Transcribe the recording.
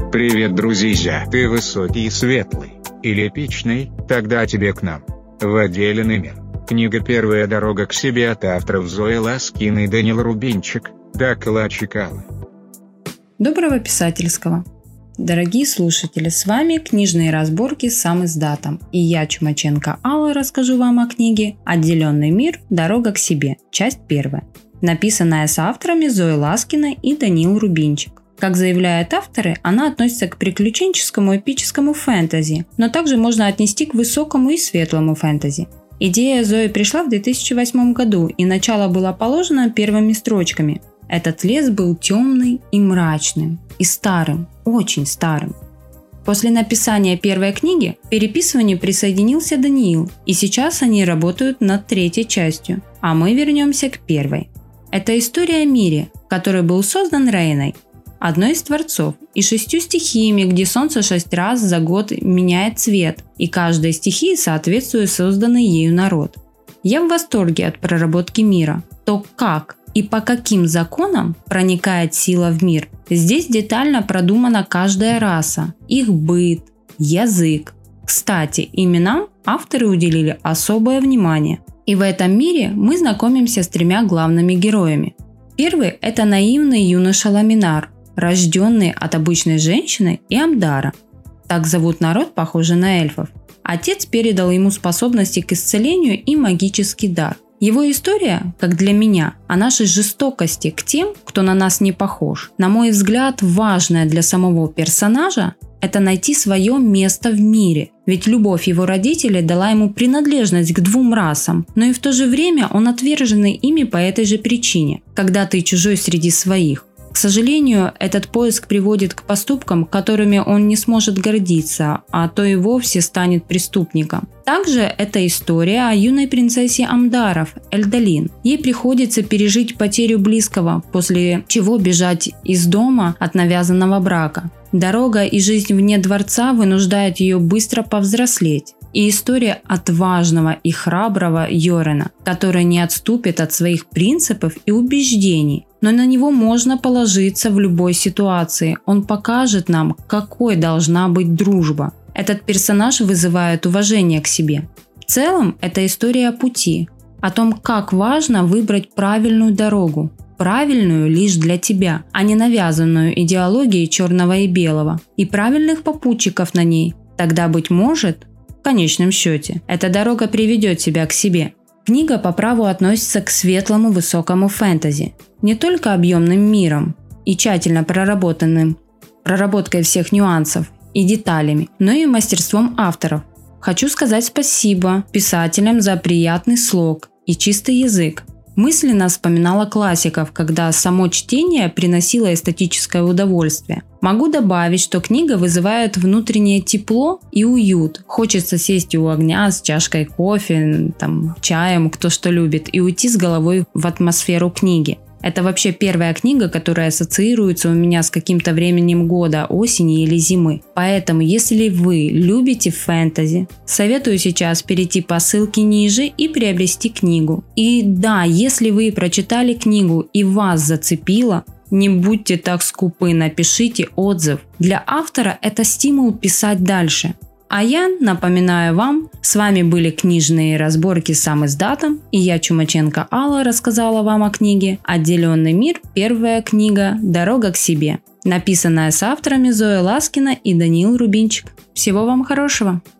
Привет, друзья! Ты высокий и светлый, или эпичный, тогда тебе к нам. В отделенный мир. Книга «Первая дорога к себе» от авторов Зои Ласкиной и Даниил Рубинчик, Дакла Чикала. Доброго писательского! Дорогие слушатели, с вами книжные разборки сам издатом, и я, Чумаченко Алла, расскажу вам о книге «Отделенный мир. Дорога к себе», часть 1, написанная с авторами Зоей Ласкиной и Даниил Рубинчик. Как заявляют авторы, она относится к приключенческому эпическому фэнтези, но также можно отнести к высокому и светлому фэнтези. Идея Зои пришла в 2008 году, и начало было положено первыми строчками. Этот лес был темный и мрачным, и старым, очень старым. После написания первой книги к переписыванию присоединился Даниил, и сейчас они работают над 3-й частью, а мы вернемся к первой. Это история о мире, который был создан Рейной, одной из творцов, и 6 стихиями, где солнце 6 раз за год меняет цвет, и каждой стихии соответствует созданный ею народ. Я в восторге от проработки мира. То, как и по каким законам проникает сила в мир, здесь детально продумана каждая раса, их быт, язык. Кстати, именам авторы уделили особое внимание. И в этом мире мы знакомимся с 3 главными героями. Первый – это наивный юноша Ламинар, рожденный от обычной женщины и Амдара. Так зовут народ, похожий на эльфов. Отец передал ему способности к исцелению и магический дар. Его история, как для меня, о нашей жестокости к тем, кто на нас не похож. На мой взгляд, важное для самого персонажа – это найти свое место в мире. Ведь любовь его родителей дала ему принадлежность к 2 расам, но и в то же время он отверженный ими по этой же причине, когда ты чужой среди своих. К сожалению, этот поиск приводит к поступкам, которыми он не сможет гордиться, а то и вовсе станет преступником. Также это история о юной принцессе Амдаров, Эльдалин. Ей приходится пережить потерю близкого, после чего бежать из дома от навязанного брака. Дорога и жизнь вне дворца вынуждают ее быстро повзрослеть. И история отважного и храброго Йорена, который не отступит от своих принципов и убеждений. Но на него можно положиться в любой ситуации. Он покажет нам, какой должна быть дружба. Этот персонаж вызывает уважение к себе. В целом, это история о пути, о том, как важно выбрать правильную дорогу. Правильную лишь для тебя, а не навязанную идеологией черного и белого. И правильных попутчиков на ней. Тогда, быть может, в конечном счете, эта дорога приведет тебя к себе. Книга по праву относится к светлому высокому фэнтези. Не только объемным миром и тщательно проработкой всех нюансов и деталями, но и мастерством авторов. Хочу сказать спасибо писателям за приятный слог и чистый язык. Мысленно вспоминала классиков, когда само чтение приносило эстетическое удовольствие. Могу добавить, что книга вызывает внутреннее тепло и уют. Хочется сесть у огня с чашкой кофе, чаем, кто что любит, и уйти с головой в атмосферу книги. Это вообще первая книга, которая ассоциируется у меня с каким-то временем года, осени или зимы. Поэтому, если вы любите фэнтези, советую сейчас перейти по ссылке ниже и приобрести книгу. И да, если вы прочитали книгу и вас зацепило, не будьте так скупы, напишите отзыв. Для автора это стимул писать дальше. А я напоминаю вам, с вами были книжные разборки сам издатом, и я, Чумаченко Алла, рассказала вам о книге «Отделенный мир. Первая книга. Дорога к себе», написанная с авторами Зоей Ласкиной и Даниил Рубинчик. Всего вам хорошего!